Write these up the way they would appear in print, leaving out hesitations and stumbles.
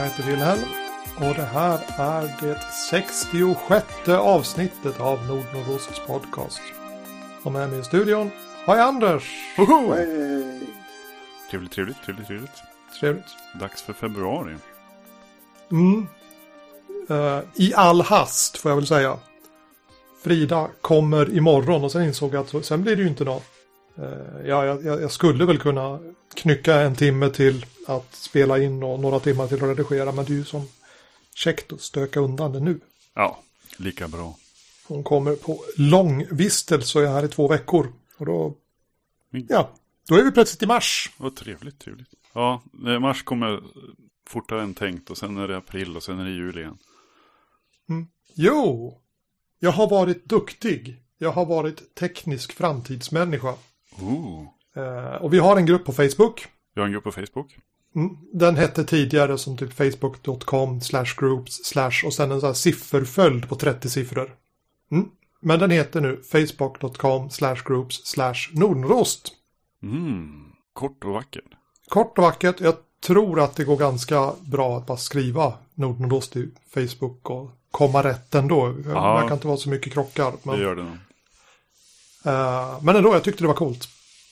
Jag heter Wilhelm och det här är det 66:e avsnittet av Nordnordosts podcast. Och med mig i studion har jag Anders. Trevligt. Dags för februari. I all hast får jag väl säga. Frida kommer imorgon och sen insåg jag att sen blir det ju inte något. Jag skulle väl kunna knycka en timme till att spela in och några timmar till att redigera, men det är ju som käckt att stöka undan det nu. Ja, lika bra. Hon kommer på långvistelse och jag är här i 2 veckor. Och då är vi plötsligt i mars. Vad trevligt. Ja, mars kommer fortare än tänkt och sen är det april och sen är det juli igen. Jo, jag har varit duktig. Jag har varit teknisk framtidsmänniska. Och vi har en grupp på Facebook. Jag har en grupp på Facebook. Den hette tidigare som typ facebook.com/groups/ och sen en sån här sifferföljd på 30 siffror. Men den heter nu facebook.com/groups/Nordnordost. Kort och vackert. Kort och vackert. Jag tror att det går ganska bra att bara skriva Nordnordost i Facebook och komma rätt ändå. Det kan inte vara så mycket krockar. Men, det gör det nog. Men ändå, jag tyckte det var coolt.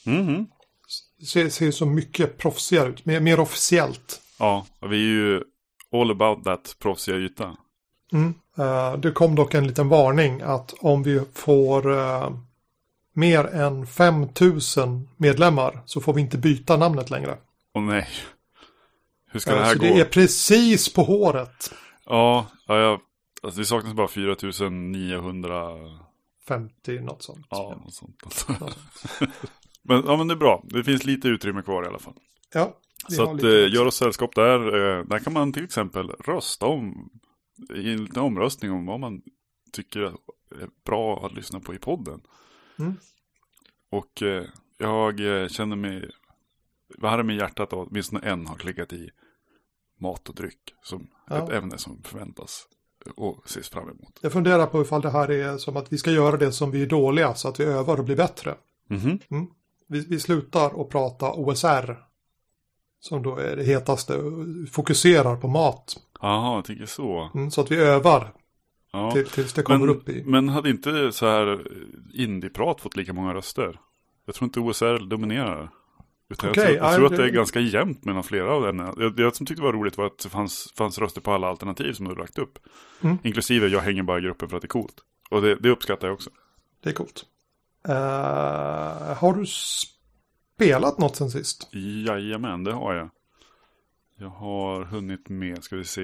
Ser så mycket proffsigare ut. Mer officiellt. Ja, vi är ju all about that proffsiga yta. Det kom dock en liten varning att om vi får mer än 5000 medlemmar så får vi inte byta namnet längre. Åh nej. Hur ska det här så gå? Det är precis på håret. Ja, alltså det saknas bara 4950 något sånt. Ja, något sånt. Men det är bra. Det finns lite utrymme kvar i alla fall. Ja. Så att gör oss sällskap där. Där kan man till exempel rösta i en liten omröstning om vad man tycker är bra att lyssna på i podden. Och jag känner mig varm med hjärtat att åtminstone en har klickat i mat och dryck som ett ämne som förväntas och ses fram emot. Jag funderar på ifall det här är som att vi ska göra det som vi är dåliga så att vi övar och blir bättre. Vi slutar att prata OSR som då är det hetaste, fokuserar på mat. Jaha, jag tycker så. Så att vi övar tills det kommer upp i. Men hade inte så här indieprat fått lika många röster? Jag tror inte OSR dominerar. Jag tror att det är ganska jämnt mellan flera av den. Det som tyckte var roligt var att det fanns röster på alla alternativ som du har lagt upp. Inklusive jag hänger bara i gruppen för att det är coolt. Och det uppskattar jag också. Det är coolt. Har du spelat något sen sist? Jajamän, det har jag. Jag har hunnit med,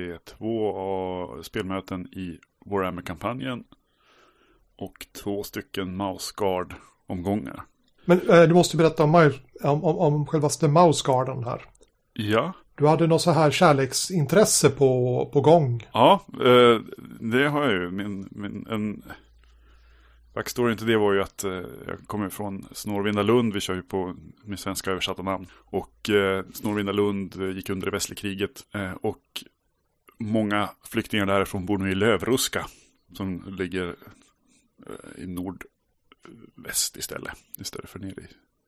2 spelmöten i Warhammer-kampanjen och 2 stycken Mouse Guard-omgångar. Men du måste berätta om självaste Mouse Guarden här. Ja. Du hade något så här kärleksintresse på gång. Ja, det har jag ju. En backstoryn till det var ju att jag kommer från Snorvindalund. Vi kör ju med svenska översatta namn. Och Snorvindalund gick under i Västlikriget. Och många flyktingar därifrån bor nu i Lövruska. Som ligger i nordväst istället för nere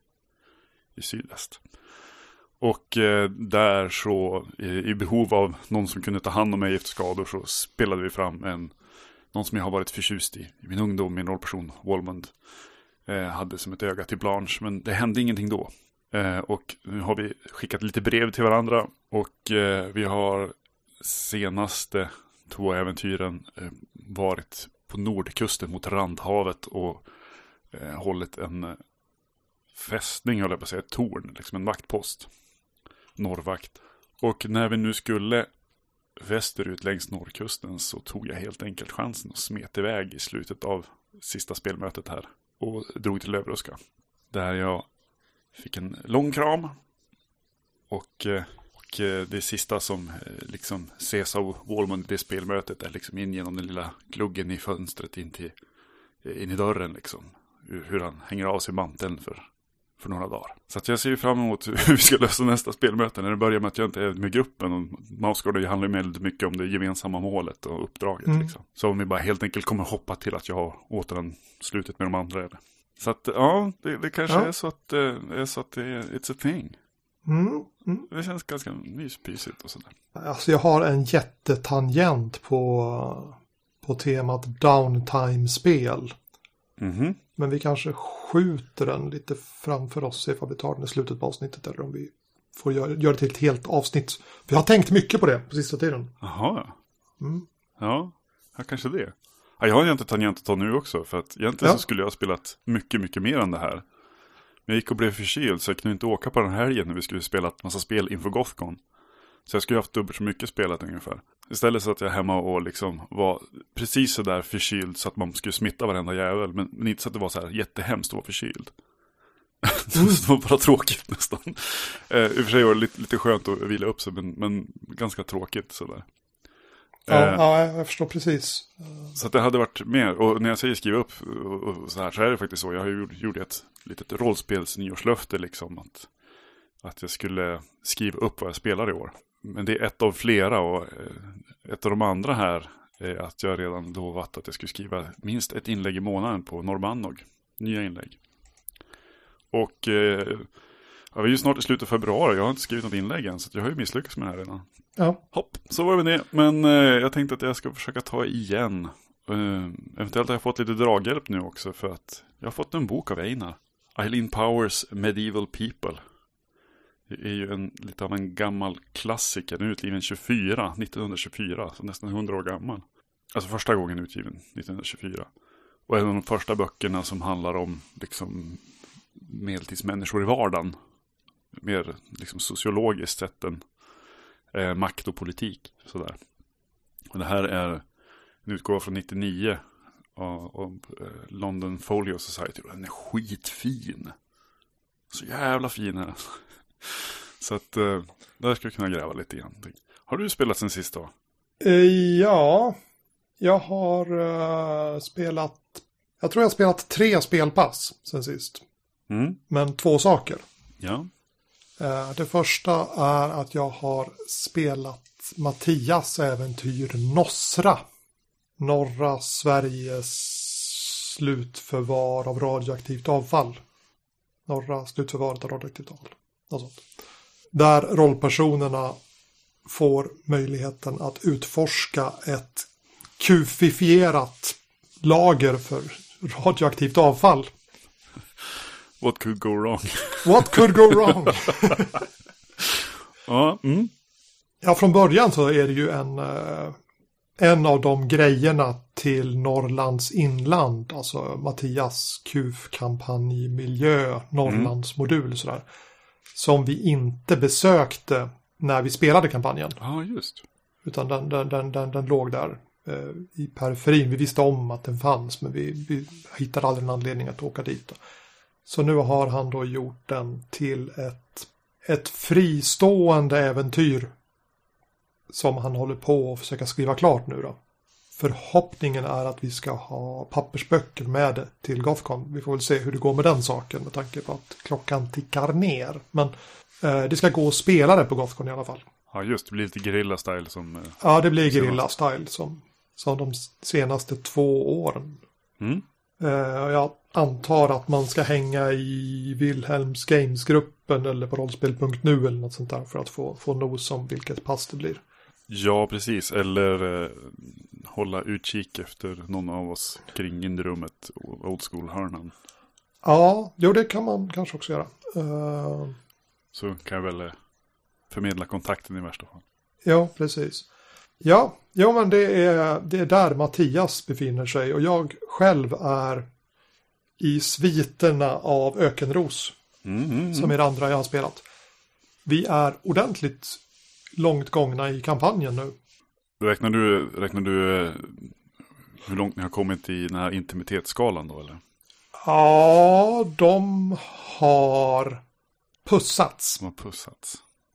i sydväst. Och där så i behov av någon som kunde ta hand om mig efter skador så spelade vi fram någon som jag har varit förtjust i min ungdom, min rollperson Wolmund hade som ett öga till Blanche, men det hände ingenting då. Och nu har vi skickat lite brev till varandra och vi har senaste 2 äventyren varit på nordkusten mot Randhavet och hållit en fästning, jag vill säga ett torn, liksom en vaktpost, norrvakt. Och när vi nu skulle västerut längs norrkusten så tog jag helt enkelt chansen och smet iväg i slutet av sista spelmötet här och drog till Lövruska. Där jag fick en lång kram och det sista som liksom ses av Wolmund i det spelmötet är liksom in genom den lilla gluggen i fönstret in i dörren liksom. Hur han hänger av sig manteln för några dagar. Så att jag ser ju fram emot hur vi ska lösa nästa spelmöte när det börjar med att jag inte är med gruppen. Och Mouse Guard handlar ju väldigt mycket om det gemensamma målet och uppdraget. Liksom. Så om vi bara helt enkelt kommer hoppa till att jag har återanslutit med de andra. Eller? Så att det kanske är så att it's a thing. Det känns ganska myspysigt och sådär. Alltså jag har en jättetangent på temat downtime-spel. Men vi kanske skjuter den lite framför oss, se om vi tar den i slutet på avsnittet eller om vi får göra det till ett helt avsnitt. Vi har tänkt mycket på det på sista tiden. Jaha. Ja, kanske det. Ja, jag har inte tangent att ta nu också, för att egentligen så skulle jag ha spelat mycket, mycket mer än det här. Men jag gick och blev förkyld så jag kunde inte åka på den här helgen när vi skulle spela en massa spel inför Gothcon. Så jag skulle ha haft dubbelt så mycket spelat ungefär. Istället så att jag hemma och liksom var precis så där förkyld så att man skulle smitta varenda jävel. Men inte så att det var så här jättehemskt att vara förkyld. Det var bara tråkigt nästan. I och för sig var det lite skönt att vila upp sig, men ganska tråkigt sådär. Ja, jag förstår precis. Så att det hade varit mer. Och när jag säger skriva upp och så här, så är det faktiskt så. Jag har gjort ett litet rollspels nyårslöfte liksom. Att jag skulle skriva upp vad jag spelar i år. Men det är ett av flera, och ett av de andra här är att jag redan lovat att jag skulle skriva minst ett inlägg i månaden på Normannog. Nya inlägg. Och vi är ju snart i slutet av februari. Jag har inte skrivit något inlägg än, så jag har ju misslyckats med det här redan. Ja. Hopp, så var det med det. Men jag tänkte att jag ska försöka ta igen. Eventuellt har jag fått lite draghjälp nu också, för att jag har fått en bok av Einar. Eileen Powers Medieval People. Det är ju lite av en gammal klassiker. Den är utgiven 1924, så nästan 100 år gammal. Alltså första gången utgiven 1924. Och en av de första böckerna som handlar om liksom medeltidsmänniskor i vardagen. Mer liksom sociologiskt sett än makt och politik. Sådär. Och det här är en utgåva från 99 av London Folio Society. Och den är skitfin. Så jävla fin här. Så att där ska jag kunna gräva lite grann. Har du spelat sen sist då? Ja, jag har spelat... Jag tror jag har spelat 3 spelpass sen sist. Men 2 saker. Ja. Det första är att jag har spelat Mattias äventyr Nosra. Norra Sveriges slutförvar av radioaktivt avfall. Norra slutförvaret av radioaktivt avfall. Något sånt. Där rollpersonerna får möjligheten att utforska ett kufifierat lager för radioaktivt avfall. What could go wrong? What could go wrong? Ja, Ja, från början så är det ju en av de grejerna till Norrlands inland, alltså Mattias KUF-kampanjmiljö, Norrlands modul sådär, som vi inte besökte när vi spelade kampanjen. Ja, just. Utan den låg där i periferin. Vi visste om att den fanns, men vi hittade aldrig en anledning att åka dit. Så nu har han då gjort den till ett fristående äventyr som han håller på att försöka skriva klart nu då. Förhoppningen är att vi ska ha pappersböcker med det till Gothcon. Vi får väl se hur det går med den saken med tanke på att klockan tickar ner. Men det ska gå att spela det på Gothcon i alla fall. Ja, just det blir lite guerrilla-style som... Ja, det blir guerrilla-style som de senaste 2 åren. Jag antar att man ska hänga i Wilhelms Games-gruppen eller på rollspel.nu eller något sånt där för att få nos om vilket pass det blir. Ja, precis. Eller hålla utkik efter någon av oss kring inrummet och old school-hörnan. Ja, jo det kan man kanske också göra. Så kan jag väl förmedla kontakten i värsta fall. Ja, precis. Ja, men det är där Mattias befinner sig och jag själv är i sviterna av Ökenros som är det andra jag har spelat. Vi är ordentligt långt gångna i kampanjen nu. Räknar du hur långt ni har kommit i den här intimitetsskalan då, eller? Ja, de har pussats. De har pussats.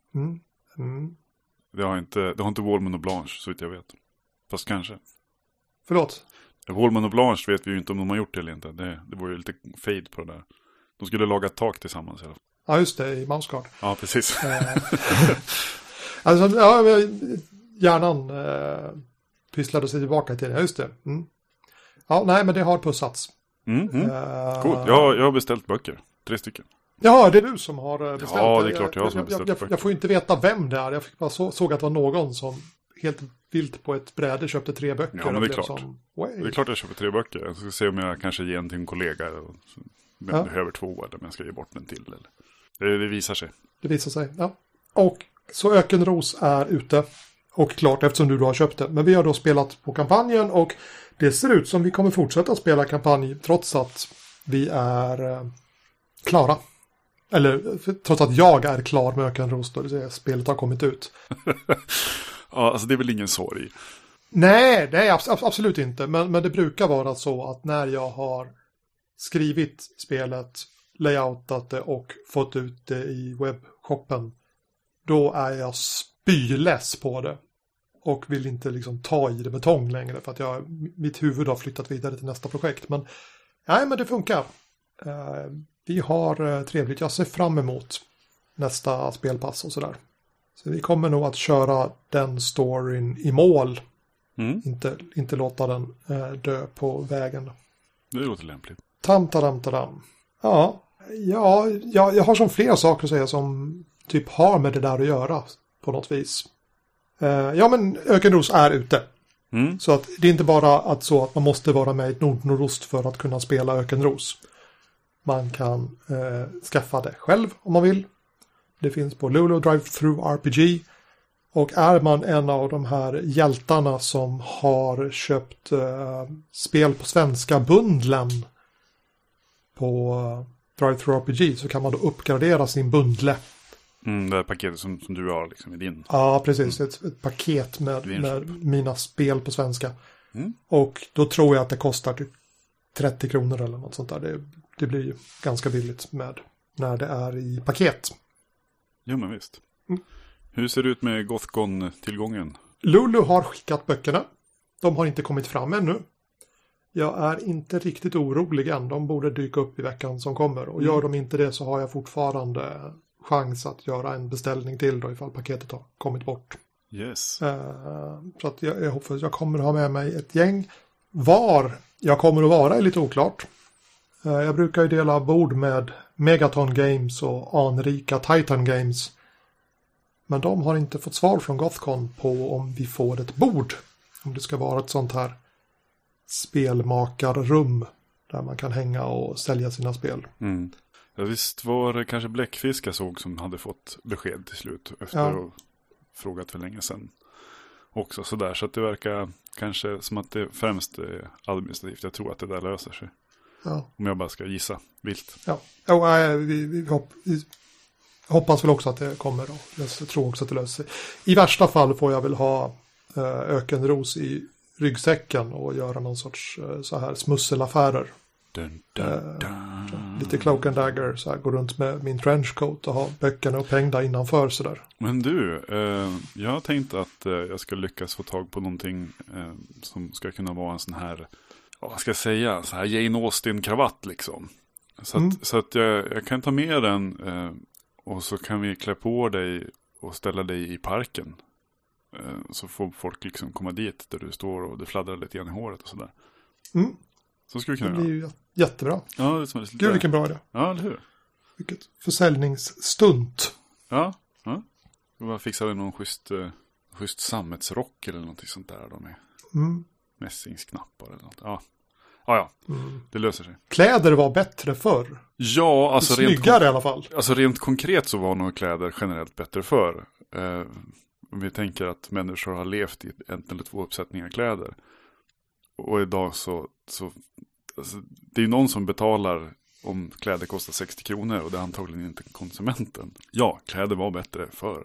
Det har inte Wallman och Blanche, så vitt jag vet. Fast kanske. Förlåt? Wallman och Blanche vet vi ju inte om de har gjort det eller inte. Det var ju lite fade på det där. De skulle laga ett tak tillsammans i alla fall. Ja, just det, i Mausgard. Ja, precis. Alltså, ja, hjärnan pysslade sig tillbaka till det. Just det. Ja, nej, men det har pussats. Coolt. Jag har beställt böcker. 3 stycken. Ja, det är du som har beställt. Ja, det är klart jag som har beställt. Jag får ju inte veta vem det är. Jag fick bara såg att det var någon som helt vilt på ett bräde köpte 3 böcker. Ja, men det är klart. Det är klart jag köper 3 böcker. Jag ska se om jag kanske ger en till en kollega. Och jag behöver 2 eller om jag ska ge bort en till. Eller. Det visar sig. Det visar sig, ja. Och så Ökenros är ute. Och klart eftersom du då har köpt det. Men vi har då spelat på kampanjen och det ser ut som vi kommer fortsätta spela kampanj trots att vi är klara. Eller trots att jag är klar med Ökenros då, det vill säga spelet har kommit ut. Ja, alltså det är väl ingen sorg. Nej, absolut inte. Men det brukar vara så att när jag har skrivit spelet, layoutat det och fått ut det i webbshoppen, då är jag spyless på det. Och vill inte liksom ta i det med tång längre för att mitt huvud har flyttat vidare till nästa projekt. Men nej, men det funkar. Vi har trevligt. Jag ser fram emot nästa spelpass och sådär. Så vi kommer nog att köra den storyn i mål. Inte låta den dö på vägen. Det låter lämpligt. Tam. Ja, jag har som flera saker att säga som typ har med det där att göra på något vis. Ja, men Ökenros är ute. Så att det är inte bara att man måste vara med i Nordnordost för att kunna spela Ökenros. Man kan skaffa det själv om man vill. Det finns på Lulu Drive-Thru RPG. Och är man en av de här hjältarna som har köpt spel på svenska bundlen på Drive-Thru RPG så kan man då uppgradera sin bundle. Det här paketet som du har liksom i din. Ja, precis. Ett paket med mina spel på svenska. Och då tror jag att det kostar typ 30 kronor eller något sånt där. Det blir ju ganska billigt när det är i paket. Jo, men visst. Hur ser det ut med Gothcon-tillgången? Lulu har skickat böckerna. De har inte kommit fram ännu. Jag är inte riktigt orolig än. De borde dyka upp i veckan som kommer. Och gör de inte det så har jag fortfarande chans att göra en beställning till då ifall paketet har kommit bort. Yes. Så att jag hoppas att jag kommer att ha med mig ett gäng. Var jag kommer att vara är lite oklart. Jag brukar ju dela bord med Megaton Games och anrika Titan Games. Men de har inte fått svar från Gothcon på om vi får ett bord. Om det ska vara ett sånt här spelmakarrum där man kan hänga och sälja sina spel. Ja, visst var det kanske Bläckfisk jag såg som hade fått besked till slut efter att ha frågat för länge sedan. Också sådär, så att det verkar kanske som att det främst är administrativt. Jag tror att det där löser sig. Ja. Om jag bara ska gissa vilt. Ja, vi hoppas väl också att det kommer då. Jag tror också att det löser sig. I värsta fall får jag väl ha Ökenros i ryggsäcken och göra någon sorts så här smusselaffärer. Lite cloak and dagger, så här, gå runt med min trenchcoat och ha böckerna upphängda innanför sådär. Men du, jag har tänkt att jag ska lyckas få tag på någonting som ska kunna vara en sån här, vad ska jag säga, så här Jane Austen-kravatt liksom. Så att jag kan ta med den och så kan vi klä på dig och ställa dig i parken. Så får folk liksom komma dit där du står och det fladdrar lite grann i håret och sådär. Så skulle vi kunna göra. Det är ju jättebra. Ja, det är lite... Gud, vilken bra idé. Ja, eller hur? Vilket försäljningsstunt. Ja. Vi bara fixade någon schysst sammetsrock eller någonting sånt där. De är mässingsknappar eller något. Ja. Det löser sig. Kläder var bättre förr. Ja, alltså snyggare i alla fall. Alltså rent konkret så var nog kläder generellt bättre förr. Om vi tänker att människor har levt i 1 eller 2 uppsättningar kläder. Och idag så alltså, det är ju någon som betalar om kläder kostar 60 kronor och det är antagligen inte konsumenten. Ja, kläder var bättre förr.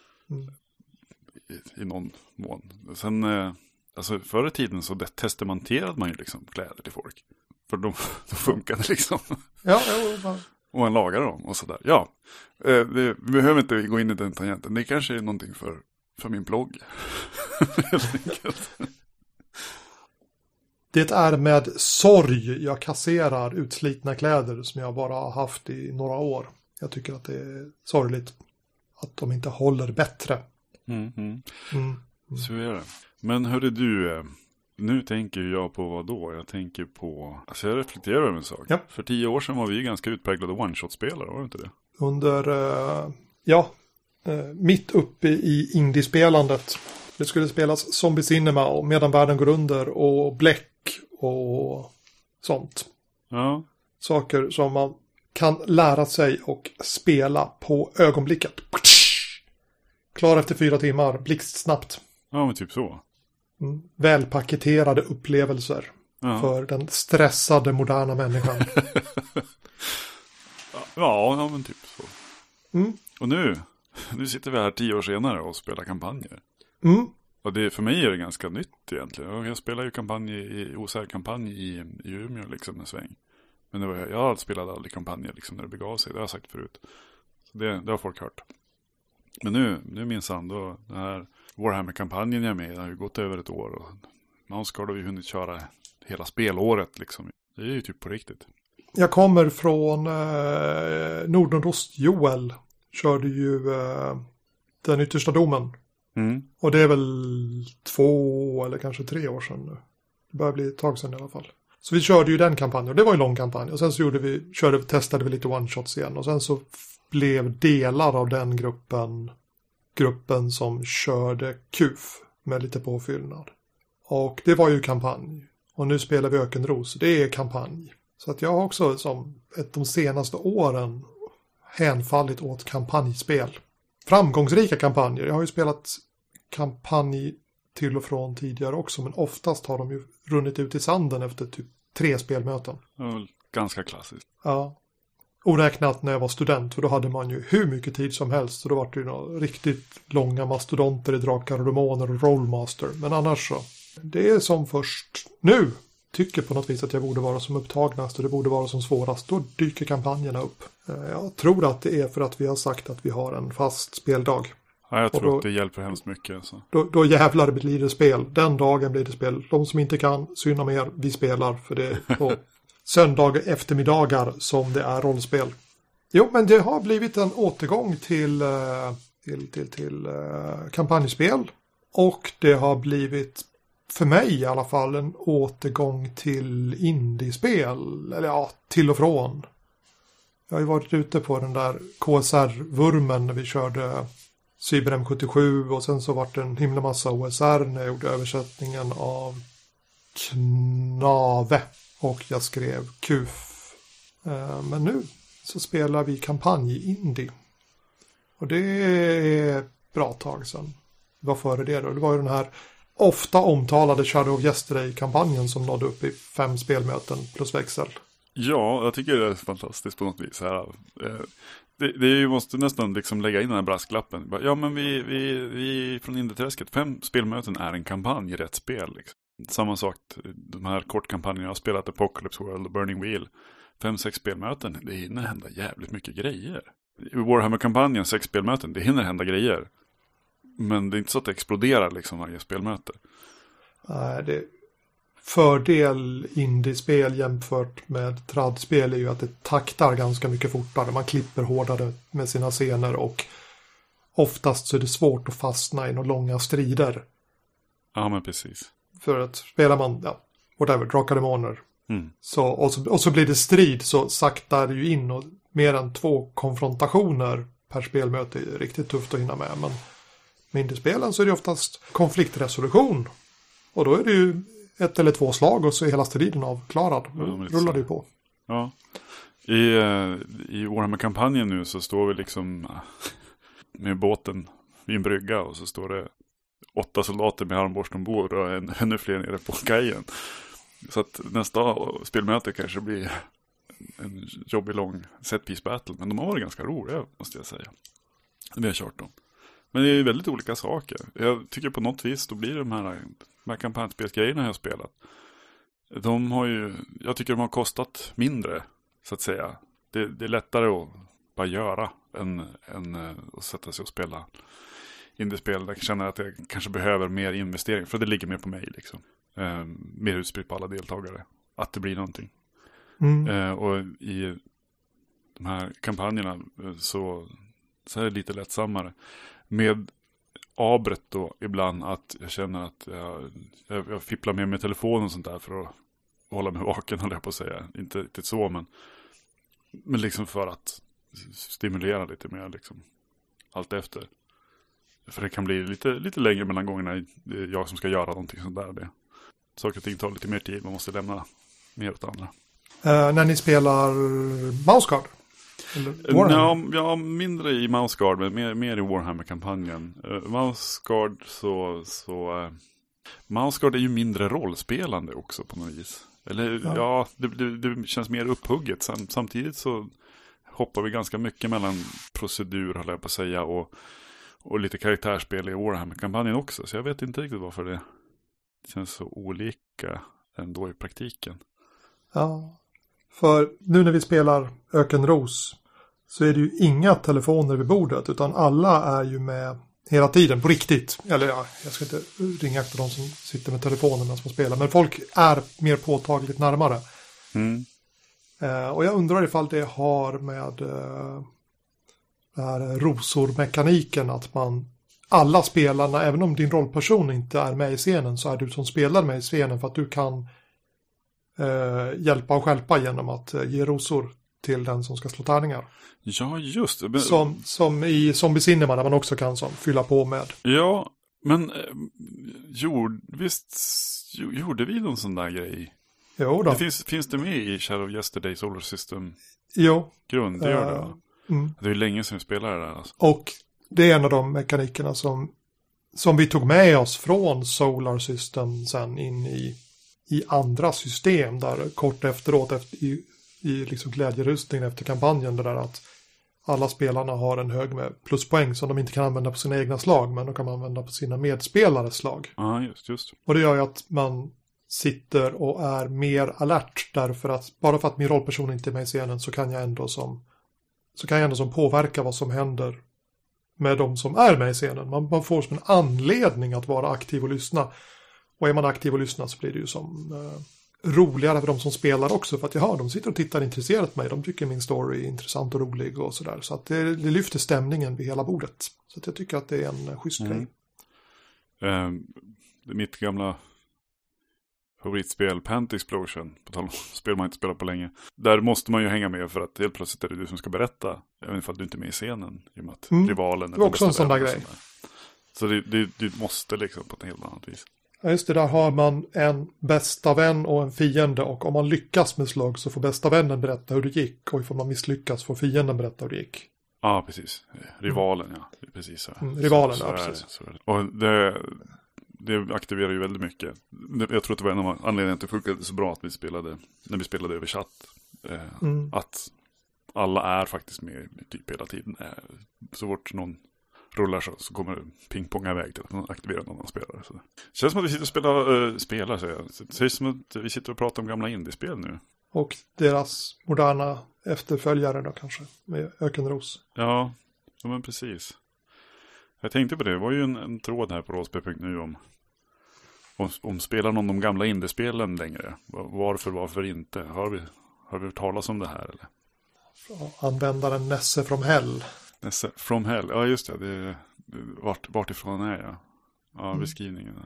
I någon mån. Sen, alltså förr i tiden så testamenterade man ju liksom kläder till folk. För de funkade liksom. Ja. Och man lagade dem och sådär. Ja, vi behöver inte gå in i den tangenten. Det kanske är någonting för min blogg. Helt enkelt. Det är med sorg jag kasserar utslitna kläder som jag bara har haft i några år. Jag tycker att det är sorgligt att de inte håller bättre. Så är det. Men hörru du, Nu tänker jag på vad då? Jag tänker på... Alltså jag reflekterar över en sak. Ja. För 10 år sedan var vi ju ganska utpräglade one-shot-spelare, var det inte det? Under, mitt uppe i indiespelandet. Det skulle spelas Zombie Cinema och Medan världen går under och Bläck och sånt. Ja. Saker som man kan lära sig och spela på ögonblicket. Klar efter 4 timmar, blixtsnabbt. Ja, men typ så. Välpaketerade upplevelser för den stressade moderna människan. Ja, men typ så. Mm. Och nu sitter vi här 10 år senare och spelar kampanjer. Mm. Och för mig är det ganska nytt egentligen. Jag spelar ju OSR-kampanj i Umeå liksom en sväng. Men jag spelade aldrig kampanjer liksom när det begav sig. Det har jag sagt förut. Så det har folk hört. Men nu minsann då, den här Warhammer-kampanjen jag är med, det har ju gått över ett år. Och man ska då ju hunnit köra hela spelåret liksom. Det är ju typ på riktigt. Jag kommer från Nordost. Joel körde ju Den yttersta domen. Mm. Och det är väl 2 eller kanske 3 år sedan nu. Det börjar bli ett tag sedan i alla fall. Så vi körde ju den kampanjen och det var en lång kampanj. Och sen så testade vi lite one-shots igen. Och sen så blev delar av den gruppen som körde KUF med lite påfyllnad. Och det var ju kampanj. Och nu spelar vi Ökenros. Det är kampanj. Så att jag har också de senaste åren hänfallit åt kampanjspel. Framgångsrika kampanjer. Jag har ju spelat kampanj till och från tidigare också. Men oftast har de ju runnit ut i sanden efter typ 3 spelmöten. Ganska klassiskt. Ja. Oräknat när jag var student. För då hade man ju hur mycket tid som helst. Så då var det ju några riktigt långa mastodonter i Drakar och Demoner och Rollmaster. Men annars så. Det är som först nu. Tycker på något vis att jag borde vara som upptagnast och det borde vara som svårast. Då dyker kampanjerna upp. Jag tror att det är för att vi har sagt att vi har en fast speldag. Ja, jag tror att det hjälper hemskt mycket. Så. Då jävlar blir det spel. Den dagen blir det spel. De som inte kan, syna mer, vi spelar. För det är på söndagar eftermiddagar som det är rollspel. Jo, men det har blivit en återgång till kampanjspel. Och det har blivit, för mig i alla fall, en återgång till indiespel. Eller ja, till och från. Jag har ju varit ute på den där KSR-vurmen när vi körde Cyber M77 och sen så var det en himla massa OSR när jag gjorde översättningen av Knave och jag skrev KUF. Men nu så spelar vi kampanj-indie. Och det är bra tag sedan. Det var före det då. Det var ju den här ofta omtalade Shadow of Yesterday-kampanjen som nådde upp i 5 spelmöten plus växel. Ja, jag tycker det är fantastiskt på något vis här. Det måste nästan liksom lägga in den här brasklappen. Ja, men vi från Indeträsket, 5 spelmöten är en kampanj i rätt spel. Liksom. Samma sak, de här kortkampanjerna jag har spelat, Apocalypse World och Burning Wheel. 5-6 spelmöten, det hinner hända jävligt mycket grejer. I Warhammer-kampanjen, 6 spelmöten, det hinner hända grejer. Men det är inte så att det exploderar liksom varje spelmöte. Nej, det fördel indiespel jämfört med tradspel är ju att det taktar ganska mycket fortare. Man klipper hårdare med sina scener och oftast så är det svårt att fastna i några långa strider. Ja, men precis. För att spelar man, whatever, Drakar Demoner. Och så blir det strid så saktar det ju in och mer än 2 konfrontationer per spelmöte är riktigt tufft att hinna med. Men med indiespelen så är det oftast konfliktresolution. Och då är det ju 1 eller 2 slag och så är hela striden avklarad. Rullar det ju på. Ja. I Warhammer-kampanjen nu så står vi liksom med båten vid en brygga och så står det 8 soldater med armborst ombord och ännu fler nere på kajen. Så att nästa spelmöte kanske blir en jobbig lång set-piece battle. Men de har varit ganska roliga, måste jag säga. Vi har kört dem. Men det är ju väldigt olika saker. Jag tycker på något vis då blir de här kampanjspelsgrejerna jag har spelat. Jag tycker de har kostat mindre, så att säga. Det är lättare att bara göra än att sätta sig och spela indiespel. Jag känner att jag kanske behöver mer investering, för det ligger mer på mig liksom. Mer utspritt på alla deltagare. Att det blir någonting. Och i de här kampanjerna så är det lite lättsammare. Med abret då ibland att jag känner att jag fipplar med telefonen och sånt där för att hålla mig vaken, håller jag på att säga. Inte så, men liksom för att stimulera lite mer liksom allt efter. För det kan bli lite längre mellan gångerna det är jag som ska göra någonting sånt där. Saker och ting tar lite mer tid, man måste lämna mer åt andra. När ni spelar Mouse Guard? Ja, mindre i Mouse Guard, men mer i Warhammer-kampanjen. Mouse Guard Mouse Guard är ju mindre rollspelande också på något vis. Eller det känns mer upphugget. Samtidigt så hoppar vi ganska mycket mellan procedur, håller jag på att säga, och lite karaktärsspel i Warhammer-kampanjen också. Så jag vet inte riktigt varför det känns så olika ändå i praktiken. Ja, för nu när vi spelar Ökenros så är det ju inga telefoner vid bordet, utan alla är ju med hela tiden på riktigt. Eller ja, jag ska inte ringa efter de som sitter med telefonen medan man spelar, men folk är mer påtagligt närmare. Och jag undrar ifall det har med det här rosor-mekaniken, att alla spelarna, även om din rollperson inte är med i scenen, så är du som spelar med i scenen för att du kan hjälpa och stjälpa genom att ge rosor till den som ska slå tärningar. Ja, just det. Men som i Zombie Cinema, där man också kan fylla på med. Ja, men gjorde vi någon sån där grej? Jo då. Finns det med i Shadow of Yesterday Solar System? Jo. Grund, det gör det. Det är länge sedan vi spelade det där. Alltså. Och det är en av de mekanikerna som vi tog med oss från Solar System sen in i andra system, där kort efteråt i liksom glädjerustningen efter kampanjen, det där att alla spelarna har en hög med pluspoäng som de inte kan använda på sina egna slag, men de kan använda på sina medspelares slag. Ja, just. Och det gör ju att man sitter och är mer alert, därför att bara för att min rollperson inte är med i scenen så kan jag ändå som påverka vad som händer med de som är med i scenen. Man får som en anledning att vara aktiv och lyssna. Och är man aktiv och lyssnar så blir det ju som roligare för de som spelar också, för att de sitter och tittar intresserat på mig. De tycker min story är intressant och rolig och sådär. Så att det lyfter stämningen vid hela bordet. Så att jag tycker att det är en schysst grej. Det är mitt gamla favoritspel, Pant Explosion, på tal om spel man inte spelat på länge. Där måste man ju hänga med, för att helt plötsligt är det du som ska berätta, även för att du inte är med i scenen, i och med att rivalen är det var också en sån där grej. Så du måste liksom på ett helt annat vis. Ja, just det, där har man en bästa vän och en fiende, och om man lyckas med slag så får bästa vännen berätta hur det gick, och om man misslyckas får fienden berätta hur det gick. Ja, precis. Rivalen, ja. Precis så. Rivalen, ja, precis. Och det aktiverar ju väldigt mycket. Jag tror att det var en av anledningarna till att det funkade så bra att när vi spelade över chatt. Att alla är faktiskt med typ hela tiden. Så fort någon rullar så kommer det pingponga iväg till att man aktiverar någon annan spelare. Så. Det känns som att vi sitter och spelar. Så det känns som att vi sitter och pratar om gamla indiespel nu. Och deras moderna efterföljare då kanske, med Ökenros. Ja, men precis. Jag tänkte på det var ju en tråd här på rollspel.nu om spelar någon de gamla indiespelen längre. Varför inte? Har vi hört talas om det här eller? Användaren Nesse from Hell. Nesse from Hell, ja just det. Det vart ifrån är jag. Ja, beskrivningen.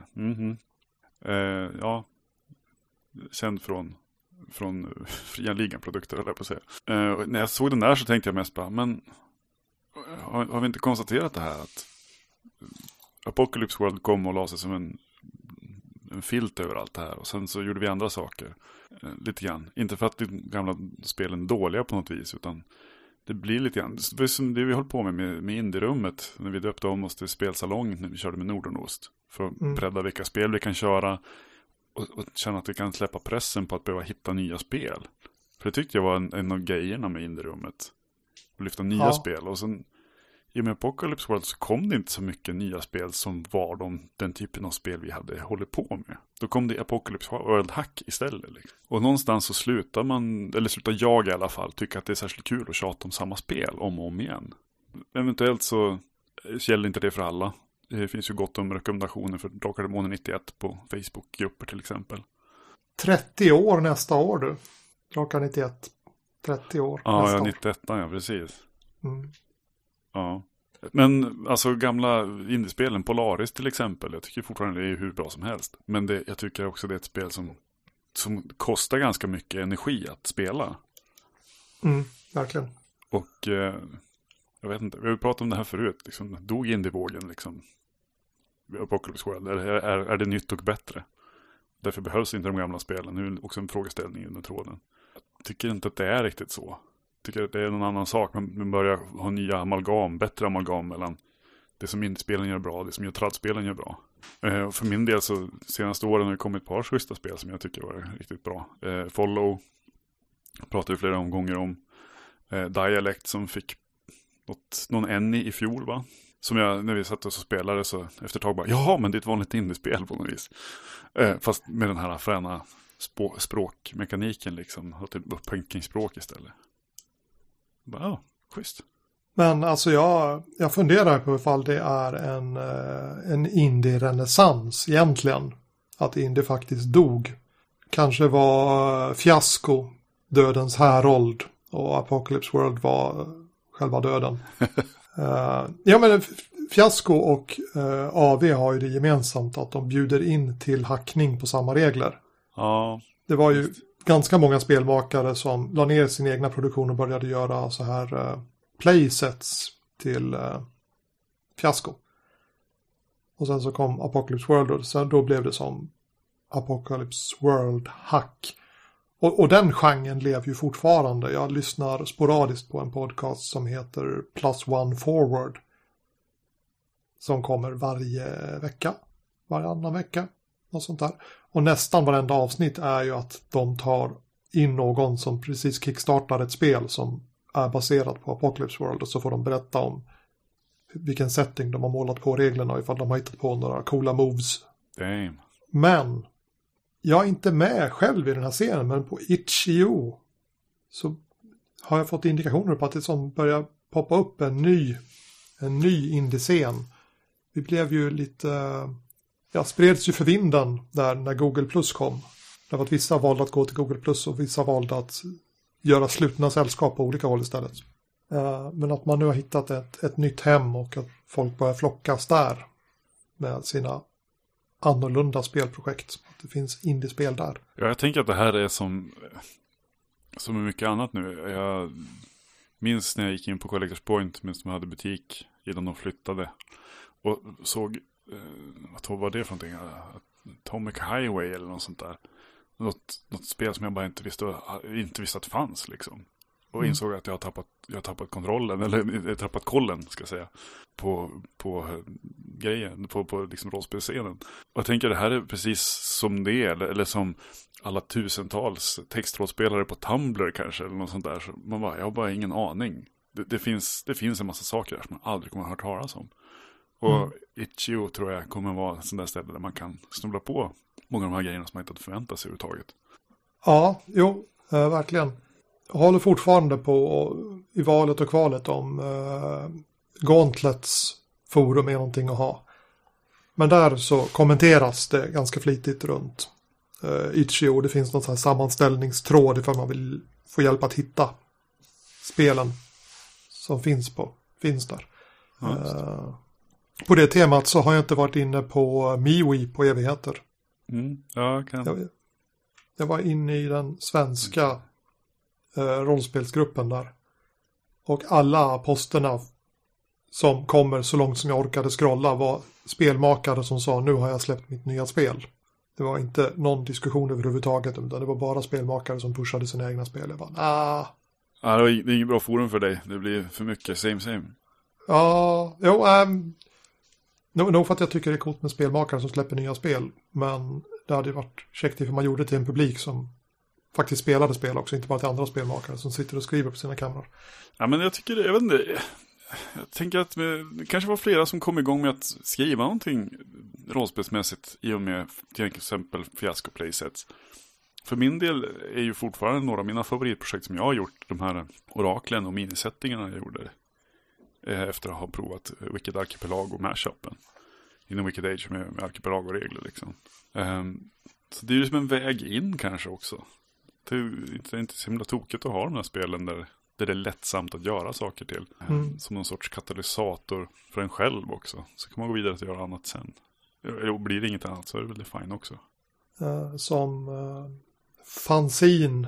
Ja, känd från Fria Ligan-produkter, eller på att säga. När jag såg den där så tänkte jag mest bara, men har vi inte konstaterat det här att Apocalypse World kom och la sig som en filt över allt det här, och sen så gjorde vi andra saker lite grann. Inte för att de gamla spelen är dåliga på något vis, utan det blir lite grann det är som det vi höll på med Indie-rummet när vi döpte om oss till spelsalong när vi körde med Nordonost, för att bredda vilka spel vi kan köra och känna att vi kan släppa pressen på att behöva hitta nya spel. För det tyckte jag var en av grejerna med Indie-rummet, att lyfta nya spel. Och sen i och med Apocalypse World så kom det inte så mycket nya spel som var den typen av spel vi hade hållit på med. Då kom det Apocalypse World Hack istället. Liksom. Och någonstans så slutar jag i alla fall tycka att det är särskilt kul att tjata om samma spel om och om igen. Eventuellt så gäller inte det för alla. Det finns ju gott om rekommendationer för Drakar och Demoner 91 på Facebookgrupper till exempel. 30 år nästa år du. Drakar 91. 30 år. Ja, 91, ja precis. Mm. Ja. Men alltså gamla indiespelen, Polaris till exempel, jag tycker fortfarande det är hur bra som helst. Men jag tycker också det är ett spel som kostar ganska mycket energi att spela. Verkligen. Och jag vet inte, vi har ju pratat om det här förut. Liksom, dog indievågen liksom Apocalypse World? Är det nytt och bättre? Därför behövs inte de gamla spelen. Nu är det också en frågeställning under tråden. Jag tycker inte att det är riktigt så. Jag tycker att det är någon annan sak. Man börjar ha nya bättre amalgam mellan det som indiespelen gör bra och det som gör tradspelen gör bra. För min del så senaste åren har det kommit ett par schyssta spel som jag tycker var riktigt bra. Follow pratade vi flera omgångar om. Dialect som fick någon Annie i fjol, va? Som när vi satt och så spelade så efter ett tag bara, jaha, men det är ett vanligt indiespel på något vis. Fast med den här fräna språkmekaniken liksom. Har typ upphanking-språk istället. Bara, ja, schysst. Men alltså jag funderar på ifall det är en indie-renässans egentligen. Att indie faktiskt dog. Kanske var Fiasko dödens härold och Apocalypse World var själva döden. Ja, men Fiasko och AV har ju det gemensamt att de bjuder in till hackning på samma regler. Ja. Det var ju ganska många spelmakare som la ner sin egna produktion och började göra så här playsets till Fiasko. Och sen så kom Apocalypse World och sen då blev det som Apocalypse World hack. Och den genren lever ju fortfarande. Jag lyssnar sporadiskt på en podcast som heter Plus One Forward. Som kommer varannan vecka. Något sånt där. Och nästan varenda avsnitt är ju att de tar in någon som precis kickstartar ett spel som är baserat på Apocalypse World. Och så får de berätta om vilken setting de har målat på reglerna och ifall de har hittat på några coola moves. Damn. Men jag är inte med själv i den här serien, men på itch.io så har jag fått indikationer på att det som börjar poppa upp en ny indie-scen. Vi blev ju spreds ju för vinden där när Google Plus kom. Därför att vissa valde att gå till Google Plus och vissa valde att göra slutna sällskap på olika håll istället. Men att man nu har hittat ett nytt hem och att folk börjar flockas där med sina annorlunda spelprojekt. Det finns indiespel där. Ja, jag tänker att det här är som med mycket annat nu. Jag minns när jag gick in på Collectors Point medan de hade butik innan de flyttade. Och såg, vad var det för någonting? Atomic Highway eller något sånt där. Något spel som jag bara inte visste att det fanns liksom. Och insåg att jag har tappat kontrollen, eller tappat kollen ska jag säga, på grejen, på liksom rollspelscenen. Och jag tänker det här är precis som det är, eller som alla tusentals textrollspelare på Tumblr kanske, eller något sånt där. Så jag har bara ingen aning. Det finns en massa saker där som man aldrig kommer att höra talas om. Och itch.io tror jag kommer vara en sån där ställe där man kan snubbla på många av de här grejerna som man inte hade förväntat sig överhuvudtaget. Ja, verkligen. Jag håller fortfarande på i valet och kvalet om Gauntlets forum är någonting att ha. Men där så kommenteras det ganska flitigt runt itch.io. Det finns någon sån här sammanställningstråd ifall man vill få hjälp att hitta spelen som finns där. Ja, på det temat så har jag inte varit inne på MeWe på evigheter. Ja, jag var inne i den svenska rollspelsgruppen där. Och alla posterna som kommer så långt som jag orkade scrolla var spelmakare som sa nu har jag släppt mitt nya spel. Det var inte någon diskussion överhuvudtaget utan det var bara spelmakare som pushade sina egna spel. Jag bara, det är ingen bra forum för dig. Det blir för mycket same. Ja, nog för att jag tycker det är coolt med spelmakare som släpper nya spel. Men det hade varit käckt ifall man gjorde det till en publik som faktiskt spelade spel också, inte bara till andra spelmakare som sitter och skriver på sina kameror. Ja, men jag tänker att det kanske var flera som kom igång med att skriva någonting rollspelsmässigt i och med till exempel Fiasko Playsets. För min del är ju fortfarande några av mina favoritprojekt som jag har gjort, de här oraklen och minisättningarna jag gjorde efter att ha provat Wicked Archipelago och Mashupen inom Wicked Age med Archipelago-regler liksom. Så det är ju som en väg in kanske också. Det är inte så himla tokigt att ha de här spelen där där det är lättsamt att göra saker till. Som någon sorts katalysator för en själv också. Så kan man gå vidare till att göra annat sen. Och blir det inget annat så är det väl fine också. Som fanzine.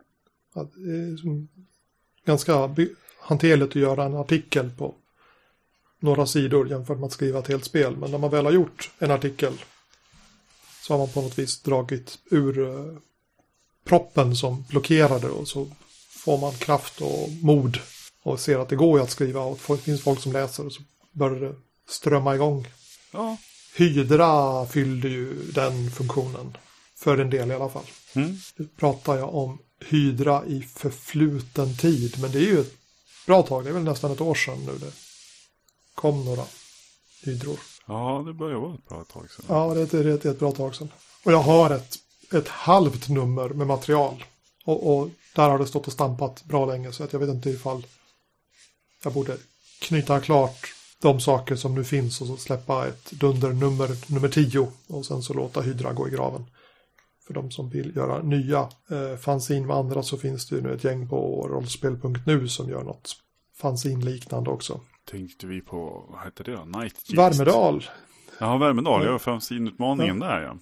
Ganska hanterligt att göra en artikel på några sidor jämfört med att skriva ett helt spel. Men när man väl har gjort en artikel så har man på något vis dragit ur proppen som blockerade, och så får man kraft och mod och ser att det går att skriva och det finns folk som läser, och så börjar det strömma igång. Ja. Hydra fyllde ju den funktionen för en del i alla fall. Nu pratar jag om Hydra i förfluten tid, men det är ju ett bra tag, det är väl nästan ett år sedan nu det kom några hydror. Ja, det börjar vara ett bra tag sedan. Ja, det är ett bra tag sedan. Och jag har ett halvt nummer med material. Och där har det stått och stampat bra länge, så att jag vet inte ifall jag borde knyta klart de saker som nu finns och så släppa ett dunder nummer 10 och sen så låta Hydra gå i graven. För de som vill göra nya fanzine med andra så finns det ju nu ett gäng på rollspel.nu som gör något fanzine-liknande också. Tänkte vi på, vad heter det då? Nightgist. Värmedal. Ja, Värmedal. Jag har fanzine-utmaningen där, ja.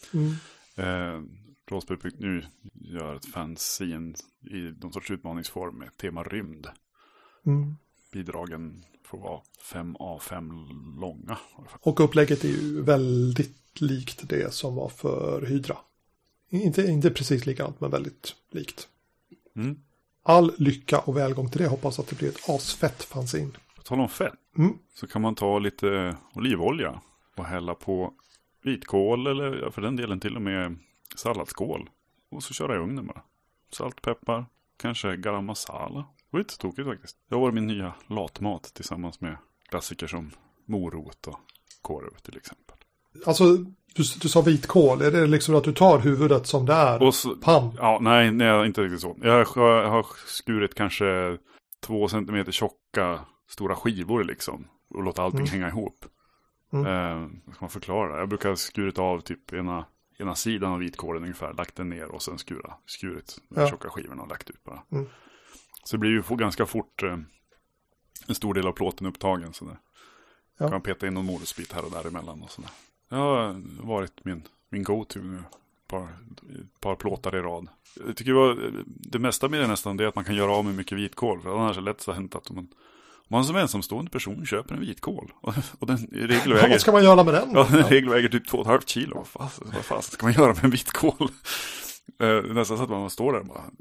Rollspel.nu gör ett fanzine i någon sorts utmaningsform med tema rymd. Bidragen får vara 5A5 långa. Och upplägget är ju väldigt likt det som var för Hydra. Inte precis likadant, men väldigt likt. All lycka och välgång till det. Hoppas att det blir ett asfett fanzine. På tal om fett så kan man ta lite olivolja och hälla på vitkål eller för den delen till och med salladskål. Och så köra i ugnen bara. Salt, peppar, kanske garam masala. Det var inte så tokigt faktiskt. Det var min nya latmat tillsammans med klassiker som morot och korv till exempel. Alltså, du sa vitkål. Är det liksom att du tar huvudet som det är? Och så, pam? Ja, nej, inte riktigt så. Jag har skurit kanske 2 centimeter tjocka stora skivor liksom. Och låta allting hänga ihop. Vad ska man förklara? Jag brukar skurit av typ ena sidan av vitkålen ungefär. Lagt den ner och sen skurit de tjocka skivorna och lagt ut bara. Så det blir ju ganska fort en stor del av plåten upptagen. Sådär. Kan man peta in någon modusbit här och där emellan och sådär. Det har varit min go-to nu. Ett par plåtar i rad. Jag tycker det mesta med det nästan det är att man kan göra av med mycket vitkål. För annars är det lätt så hänt att om man som ensamstående person köper en vitkål. Och den i regel väger... Vad ska man göra med den? Ja, den i regel väger typ 2,5 kilo. Vad fan ska man göra med en vitkål? Nästan så att man står där och bara...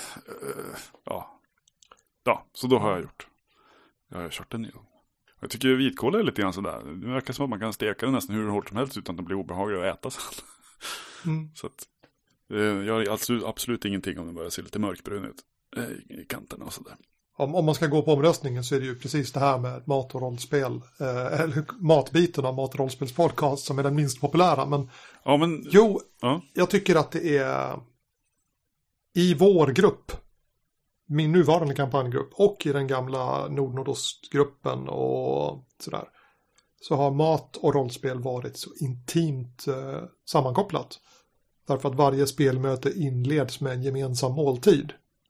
Ja, så då har jag gjort. Jag har kört den. Jag tycker vitkål är lite grann sådär. Det verkar som att man kan steka den nästan hur hårt som helst utan att det blir obehagligt att äta sen. Så att jag har absolut ingenting om den börjar se lite mörkbrun ut i kanterna och sådär. Om man ska gå på omröstningen så är det ju precis det här med mat och rollspel. Eller matbiten av mat- och rollspelspodcast som är den minst populära. Men, jag tycker att det är i vår grupp, min nuvarande kampanjgrupp och i den gamla Nordostgruppen och sådär, så har mat och rollspel varit så intimt sammankopplat. Därför att varje spelmöte inleds med en gemensam måltid.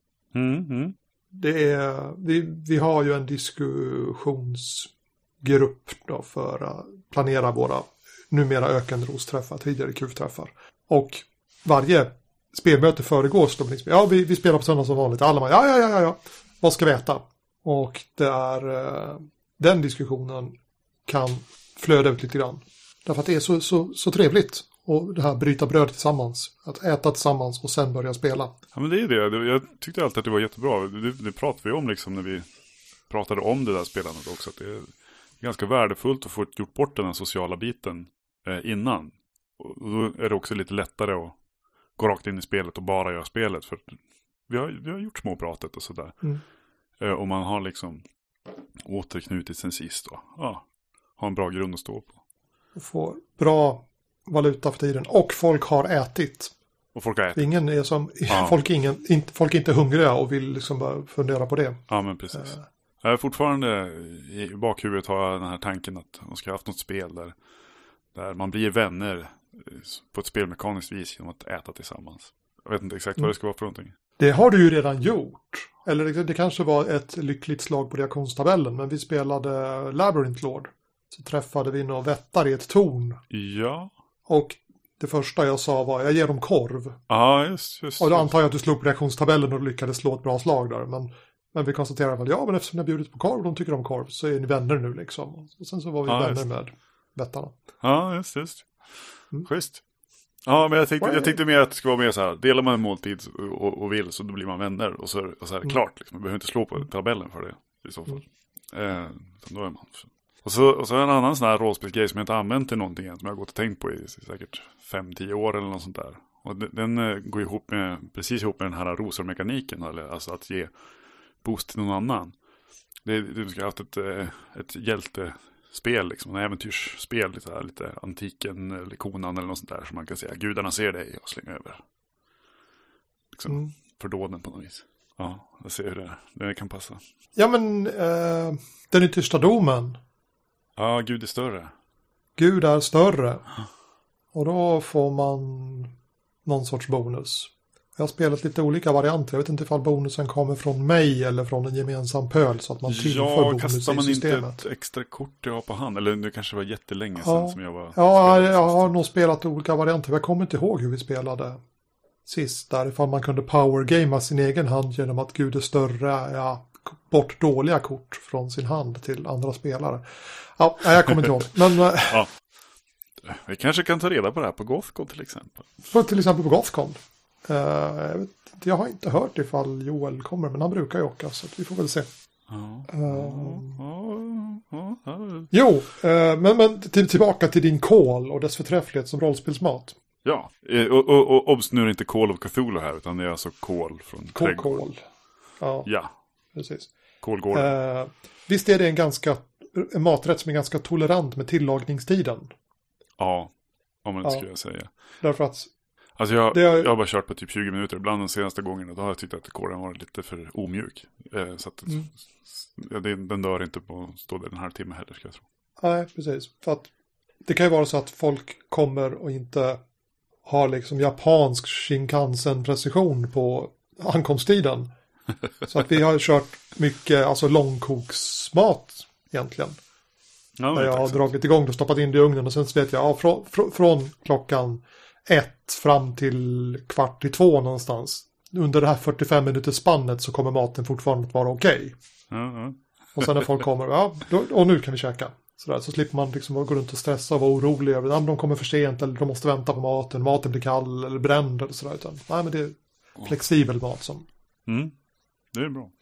Vi har ju en diskussionsgrupp då för att planera våra numera ökenrosträffar, tidigare kufträffar. Och varje spelmöte föregås då liksom, vi spelar på söndag som vanligt. Alla ja. Vad ska vi äta? Och det är den diskussionen kan flöda ut lite grann. Därför att det är så trevligt. Och det här bryta bröd tillsammans. Att äta tillsammans och sen börja spela. Ja, men det är det. Jag tyckte alltid att det var jättebra. Det pratade vi om liksom när vi pratade om det där spelandet också. Att det är ganska värdefullt att få gjort bort den här sociala biten innan. Och då är det också lite lättare att gå rakt in i spelet och bara göra spelet. För vi har gjort småpratet och sådär. Och man har liksom återknutit sen sist då. Ja, har en bra grund att stå på. Och få bra valuta för tiden. Och folk har ätit. Och folk har ätit. Ingen är som, folk är inte hungriga och vill liksom bara fundera på det. Ja, men precis. Jag är fortfarande i bakhuvudet har jag den här tanken att man ska ha haft något spel där man blir vänner på ett spelmekaniskt vis genom att äta tillsammans. Jag vet inte exakt vad det ska vara för någonting. Det har du ju redan gjort. Eller det kanske var ett lyckligt slag på reaktionstabellen. Men vi spelade Labyrinth Lord. Så träffade vi några vättar i ett torn. Ja. Och det första jag sa var, jag ger dem korv. Ja, just. Och då antar jag att du slog på reaktionstabellen och lyckades slå ett bra slag där. Men vi konstaterar väl, men eftersom ni har bjudit på korv och de tycker om korv så är ni vänner nu liksom. Och sen så var vi vänner med vättarna. Ja, just. Schysst. Ja, men jag tänkte mer att det ska vara mer så här, delar man en måltid och vill så då blir man vänner och så är det klart. Liksom. Man behöver inte slå på tabellen för det i så fall. Då är man. Och så en annan sån här rollspelsgrej som jag inte använt till någonting än, som jag har gått och tänkt på i säkert 5-10 år eller något sånt där. Och den går precis ihop med den här rosormekaniken, eller alltså att ge boost till någon annan. Du ska ha haft ett hjältespel, liksom, en äventyrsspel, lite antiken eller konan eller något sånt där, som man kan säga, gudarna ser dig och slänger över. Liksom, fördåden på något vis. Ja, jag ser hur det kan passa. Ja, men den yttersta domen. Ja, Gud är större. Gud är större. Och då får man någon sorts bonus. Jag har spelat lite olika varianter. Jag vet inte ifall bonusen kommer från mig eller från en gemensam pöl så att man tillför bonus i systemet. Ja, kastar man inte ett extra kort jag har på hand? Eller det kanske var jättelänge sedan som jag var... Ja, jag har nog spelat olika varianter. Jag kommer inte ihåg hur vi spelade sist. Där ifall man kunde powergamea sin egen hand genom att Gud är större, bort dåliga kort från sin hand till andra spelare. Ja, jag kommer inte ihåg. Men, ja. Vi kanske kan ta reda på det här på Gothcon till exempel. Till exempel på Gothcon. Jag har inte hört ifall Joel kommer, men han brukar ju åka, så vi får väl se. Men tillbaka till din kol och dess förträfflighet som rollspelsmat. Ja, och obs, nu är det inte Call of Cthulhu här, utan det är alltså kol från trädgården. Kol. Ja, precis. Kolgården. Visst är det en maträtt som är ganska tolerant med tillagningstiden? Ja, om man inte skulle säga. Därför att alltså jag har bara kört på typ 20 minuter ibland de senaste gångerna. Då har jag tyckt att kåren var lite för omjuk. Så att den dör inte på att stå där en halvtimme heller, ska jag tro. Nej, precis. För att det kan ju vara så att folk kommer och inte har liksom japansk Shinkansen-precision på ankomsttiden. Så att vi har kört mycket långkoksmat egentligen. Ja, där jag har dragit igång och stoppat in det i ugnen och sen så vet jag från klockan 1 fram till 1:15 någonstans. Under det här 45 minuters spannet så kommer maten fortfarande att vara okej. Och sen när folk kommer, och nu kan vi käka. Så slipper man liksom gå runt och stressa och vara orolig över att de kommer för sent eller de måste vänta på maten blir kall eller bränd eller sådär. Utan, nej, men det är flexibel mat som... Det är bra.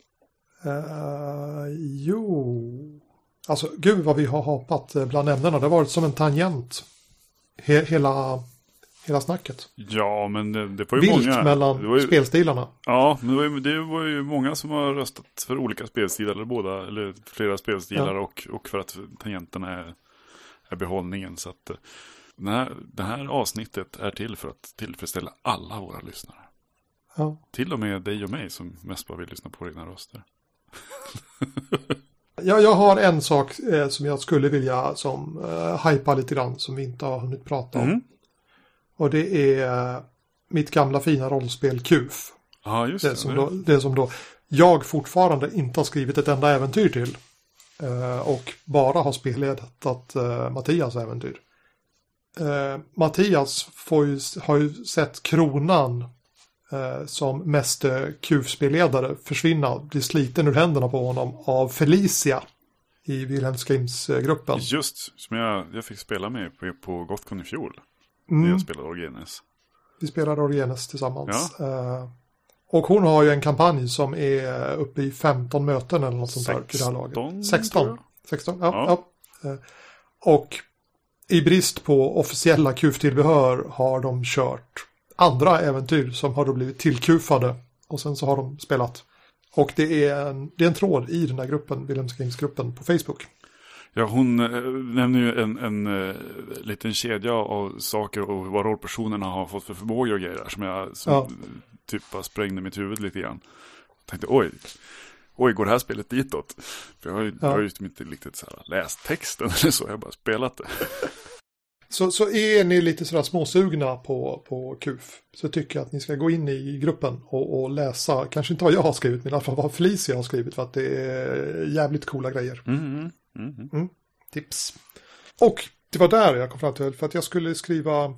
Alltså, gud vad vi har hapat bland ämnena. Det har varit som en tangent. Hela snacket. Ja, men det var ju vilt många... mellan spelstilarna. Ja, men det var ju många som har röstat för olika spelstilar, eller flera spelstilar, och för att tangenterna är behållningen. Så att det här avsnittet är till för att tillfredsställa alla våra lyssnare. Ja. Till och med dig och mig som mest bara vill lyssna på dina röster. Jag har en sak som jag skulle vilja hypa lite grann som vi inte har hunnit prata om. Och det är mitt gamla fina rollspel QF. Ja, just det. Det som då jag fortfarande inte har skrivit ett enda äventyr till. Och bara har spelledat Mattias äventyr. Mattias har ju sett kronan som mest QF-spelledare försvinna, bli sliten ur händerna på honom av Felicia i Wilhelm Screams-gruppen. Just, som jag fick spela med på Gothcon i fjol. När jag spelade Orgenes. Vi spelade Orgenes tillsammans. Ja. Och hon har ju en kampanj som är uppe i 15 möten eller något sånt där i det här laget. 16, ja. Och i brist på officiella QF-tillbehör har de kört andra äventyr som har då blivit tillkufade. Och sen så har de spelat. Och det är en tråd i den här gruppen, Wilhelm Screams-gruppen på Facebook. Ja, hon nämner ju en liten kedja av saker och vad rollpersonerna har fått för förmågor och grejer som typ bara sprängde mitt huvud lite grann. Jag tänkte, oj, går det här spelet ditåt? För jag har ju inte riktigt så här läst texten eller så, jag har bara spelat det. Så är ni lite sådär småsugna på KUF, så tycker jag att ni ska gå in i gruppen och läsa, kanske inte vad jag har skrivit, men i alla fall vad Felicia har skrivit, för att det är jävligt coola grejer. Tips. Och det var där jag kom fram till, för att jag skulle skriva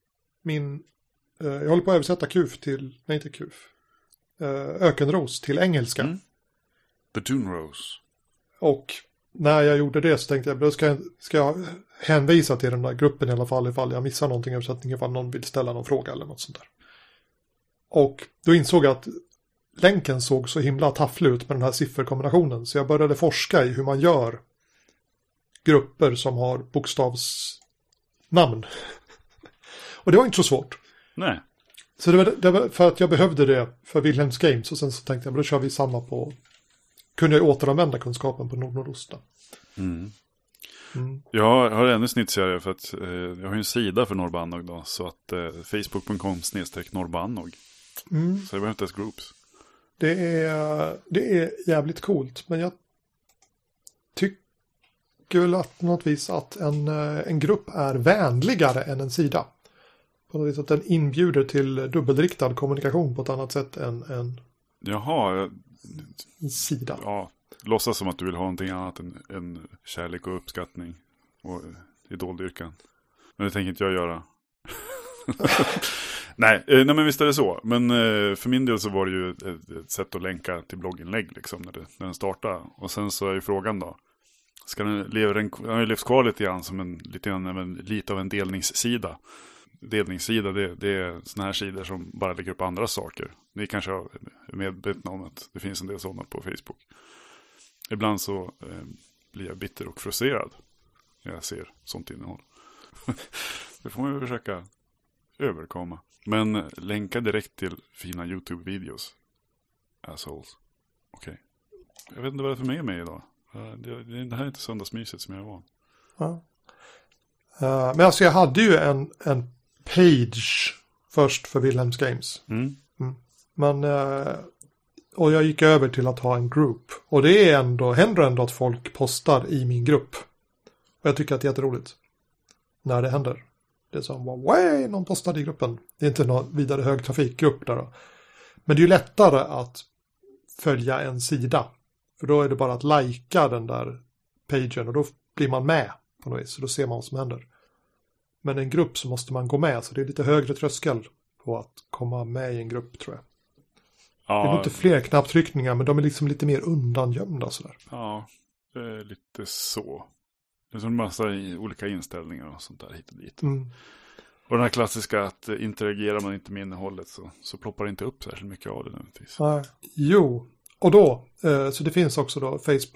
jag håller på att översätta KUF till, nej inte KUF, Ökenros till engelska. The Dune Rose. Och när jag gjorde det så tänkte jag, då ska jag hänvisa till den där gruppen i alla fall ifall jag missar någonting i översättningen, ifall någon vill ställa någon fråga eller något sånt där. Och då insåg jag att länken såg så himla tafflig ut med den här sifferkombinationen, så jag började forska i hur man gör grupper som har bokstavsnamn. Och det var inte så svårt. Nej. Så det var för att jag behövde det för Wilhelms Games, och sen så tänkte jag, då kör vi samma på, kunde jag återanvända kunskapen på Nordnordost. Jag har ännu snitsigare, för att jag har ju en sida för Norrbannog då, så att facebook.com/Norrbannog. Så det behöver inte ens groups. Det är jävligt coolt, men jag tycker väl att något vis att en grupp är vänligare än en sida. På något vis att den inbjuder till dubbelriktad kommunikation på ett annat sätt än en sida. Ja, låtsas som att du vill ha någonting annat än kärlek och uppskattning och idoldyrkan. Men det tänker inte jag göra. Nej, men visst är det så. Men för min del så var det ju ett sätt att länka till blogginlägg liksom, när den startade. Och sen så är ju frågan då, ska den levs kvar lite grann som lite av en delningssida. Delningssida, det är såna här sidor som bara lägger upp andra saker. Ni kanske är medvetna om att det finns en del sådana på Facebook. Ibland så blir jag bitter och frustrerad när jag ser sånt innehåll. Det får man ju försöka överkomma. Men länka direkt till fina YouTube-videos. Assholes. Okej. Jag vet inte vad det är för mig idag. Det här är inte söndagsmyset som jag är van. Ja. Men alltså jag hade ju en page först för Wilhelms Games. Men och jag gick över till att ha en group. Och det är händer ändå att folk postar i min grupp. Och jag tycker att det är jätteroligt när det händer. Det är som, wow, någon postade i gruppen. Det är inte någon vidare hög trafikgrupp där då. Men det är ju lättare att följa en sida. För då är det bara att lajka den där pagen och då blir man med på något vis. Så då ser man vad som händer. Men en grupp så måste man gå med, så det är lite högre tröskel på att komma med i en grupp, tror jag. Ja. Det är inte fler knapptryckningar, men de är liksom lite mer undangömda sådär. Ja, det är lite så. Det är som en massa olika inställningar och sånt där hit och dit. Och den här klassiska att interagerar man inte med innehållet så ploppar det inte upp särskilt mycket av det nödvändigtvis. Jo, och då, så det finns också då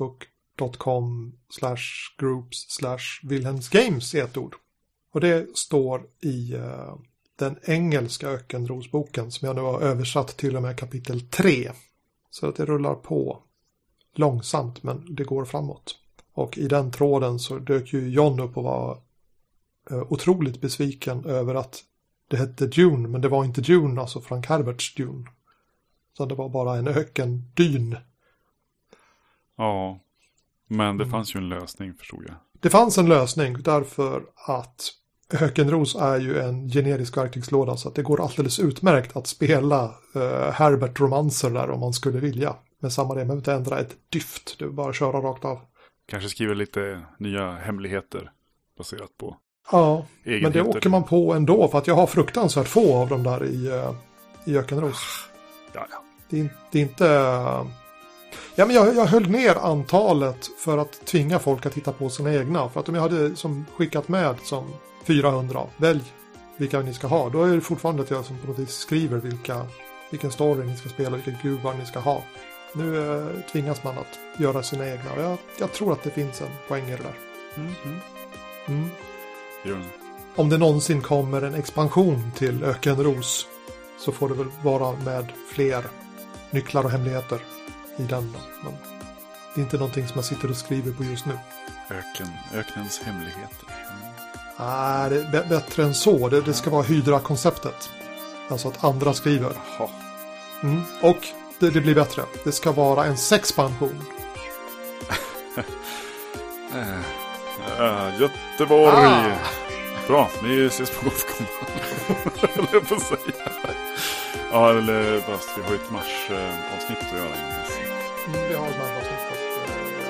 facebook.com/groups/Wilhelms i ett ord. Och det står i den engelska Ökenrosboken som jag nu har översatt till och med kapitel 3. Så att det rullar på långsamt, men det går framåt. Och i den tråden så dök ju John upp och var otroligt besviken över att det hette Dune, men det var inte Dune, alltså Frank Herberts Dune. Så det var bara en ökendyn. Ja, men det fanns ju en lösning, förstod jag. Det fanns en lösning därför att Ökenros är ju en generisk verktygslåda, så att det går alldeles utmärkt att spela Herbert-romanser där om man skulle vilja. Men samma det, man behöver inte ändra ett dyft, det är bara att köra rakt av. Kanske skriva lite nya hemligheter baserat på egenheter. Men det åker man på ändå, för att jag har fruktansvärt få av dem där i Ökenros. Ja. Det är inte... Ja, men jag höll ner antalet för att tvinga folk att hitta på sina egna. För att om jag hade skickat med som 400, välj vilka ni ska ha. Då är det fortfarande att jag som på något vis skriver vilken story ni ska spela, vilka gubbar ni ska ha. Nu tvingas man att göra sina egna. Jag tror att det finns en poäng i det där. Om det någonsin kommer en expansion till Ökenros så får det väl vara med fler nycklar och hemligheter i den då. Men det är inte någonting som jag sitter och skriver på just nu. Öknens hemligheter. Nej, det är bättre än så. Det ska vara Hydra-konceptet. Alltså att andra skriver. Och det blir bättre. Det ska vara en sexpansion. Göteborg. Bra, vi ses på Gothcon. Eller på att säga. Ja, eller bara vi har ett mars-avsnitt att göra. Vi har ett mars-avsnitt.